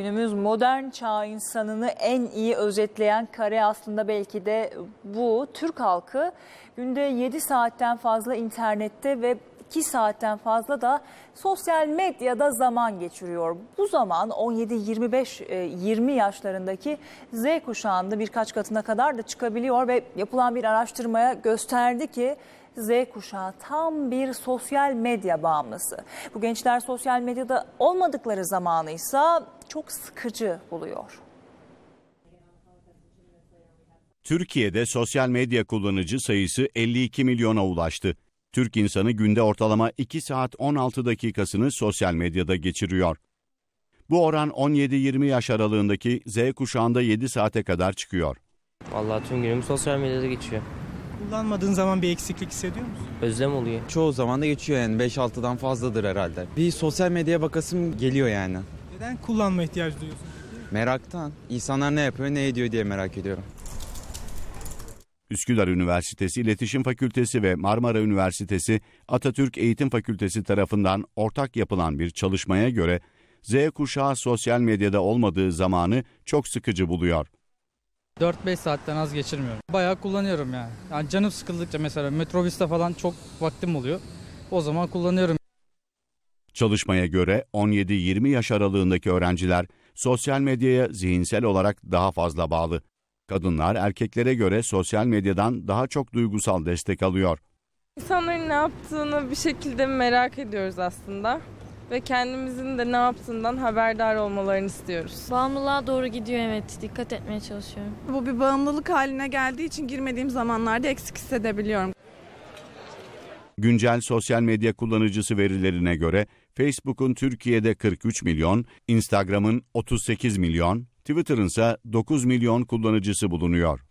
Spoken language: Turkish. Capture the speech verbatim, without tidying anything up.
Günümüz modern çağ insanını en iyi özetleyen kare aslında belki de bu. Türk halkı günde yedi saatten fazla internette ve iki saatten fazla da sosyal medyada zaman geçiriyor. Bu zaman on yedi yirmi beş yirmi yaşlarındaki Z kuşağında birkaç katına kadar da çıkabiliyor ve yapılan bir araştırmaya gösterdi ki Z kuşağı tam bir sosyal medya bağımlısı. Bu gençler sosyal medyada olmadıkları zamanı ise çok sıkıcı buluyor. Türkiye'de sosyal medya kullanıcı sayısı elli iki milyona ulaştı. Türk insanı günde ortalama iki saat on altı dakikasını sosyal medyada geçiriyor. Bu oran on yedi yirmi yaş aralığındaki Z kuşağında yedi saate kadar çıkıyor. Vallahi tüm günüm sosyal medyada geçiyor. Kullanmadığın zaman bir eksiklik hissediyor musun? Özlem oluyor. Çoğu zaman da geçiyor yani beş altıdan fazladır herhalde. Bir sosyal medyaya bakasım geliyor yani. Neden kullanma ihtiyacı duyuyorsun? Meraktan. İnsanlar ne yapıyor ne ediyor diye merak ediyorum. Üsküdar Üniversitesi İletişim Fakültesi ve Marmara Üniversitesi Atatürk Eğitim Fakültesi tarafından ortak yapılan bir çalışmaya göre Z kuşağı sosyal medyada olmadığı zamanı çok sıkıcı buluyor. dört beş saatten az geçirmiyorum. Bayağı kullanıyorum yani. Yani canım sıkıldıkça mesela metrobüste falan çok vaktim oluyor. O zaman kullanıyorum. Çalışmaya göre on yedi yirmi yaş aralığındaki öğrenciler sosyal medyaya zihinsel olarak daha fazla bağlı. Kadınlar erkeklere göre sosyal medyadan daha çok duygusal destek alıyor. İnsanların ne yaptığını bir şekilde merak ediyoruz aslında ve kendimizin de ne yaptığından haberdar olmalarını istiyoruz. Bağımlılığa doğru gidiyor, evet. Dikkat etmeye çalışıyorum. Bu bir bağımlılık haline geldiği için girmediğim zamanlarda eksik hissedebiliyorum. Güncel sosyal medya kullanıcısı verilerine göre Facebook'un Türkiye'de kırk üç milyon, Instagram'ın otuz sekiz milyon, Twitter'ın ise dokuz milyon kullanıcısı bulunuyor.